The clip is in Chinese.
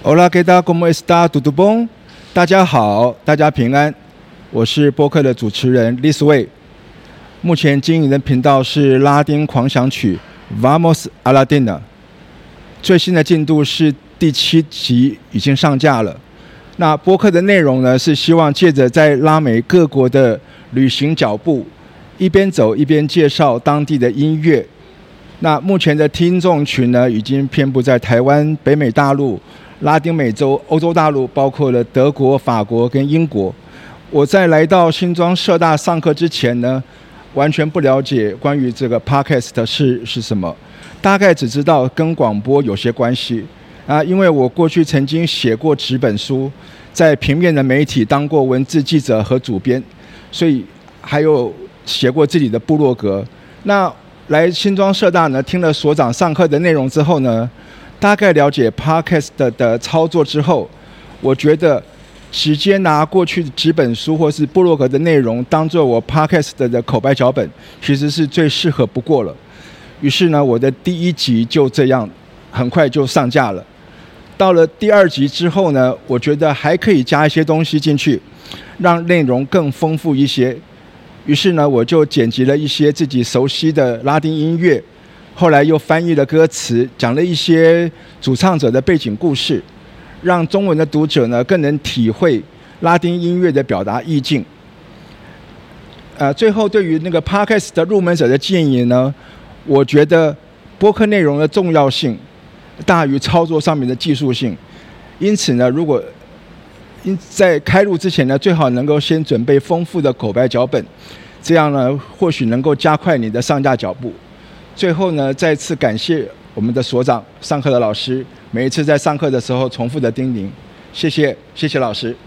Hola, ¿qué tal? ¿Cómo está? ¿Todo bon? 大家好，大家平安。我是播客的主持人 Liz Wei。目前经营的频道是拉丁狂想曲 Vamos a Latina。最新的进度是第7集已经上架了。那播客的内容呢，是希望借着在拉美各国的旅行脚步，一边走一边介绍当地的音乐。那目前的听众群呢，已经遍布在台湾、北美大陆、拉丁美洲、欧洲大陆，包括了德国、法国跟英国。我在来到新庄社大上课之前呢，完全不了解关于这个 podcast 是什么，大概只知道跟广播有些关系啊。因为我过去曾经写过纸本书，在平面的媒体当过文字记者和主编，所以还有写过自己的部落格。那来新庄社大呢，听了所长上课的内容之后呢，大概了解 podcast 的操作之后，我觉得直接拿过去纸本书或是部落格的内容当做我 podcast 的口白脚本，其实是最适合不过了。于是呢，我的第1集就这样很快就上架了。到了第2集之后呢，我觉得还可以加一些东西进去，让内容更丰富一些。于是呢，我就剪辑了一些自己熟悉的拉丁音乐，后来又翻译了歌词，讲了一些主唱者的背景故事，让中文的读者呢更能体会拉丁音乐的表达意境。最后对于那个 podcast 的入门者的建议呢，我觉得播客内容的重要性大于操作上面的技术性，因此呢，如果在开录之前呢，最好能够先准备丰富的口白脚本，这样呢，或许能够加快你的上架脚步。最后呢，再次感谢我们的所长、上课的老师，每一次在上课的时候重复的叮咛，谢谢老师。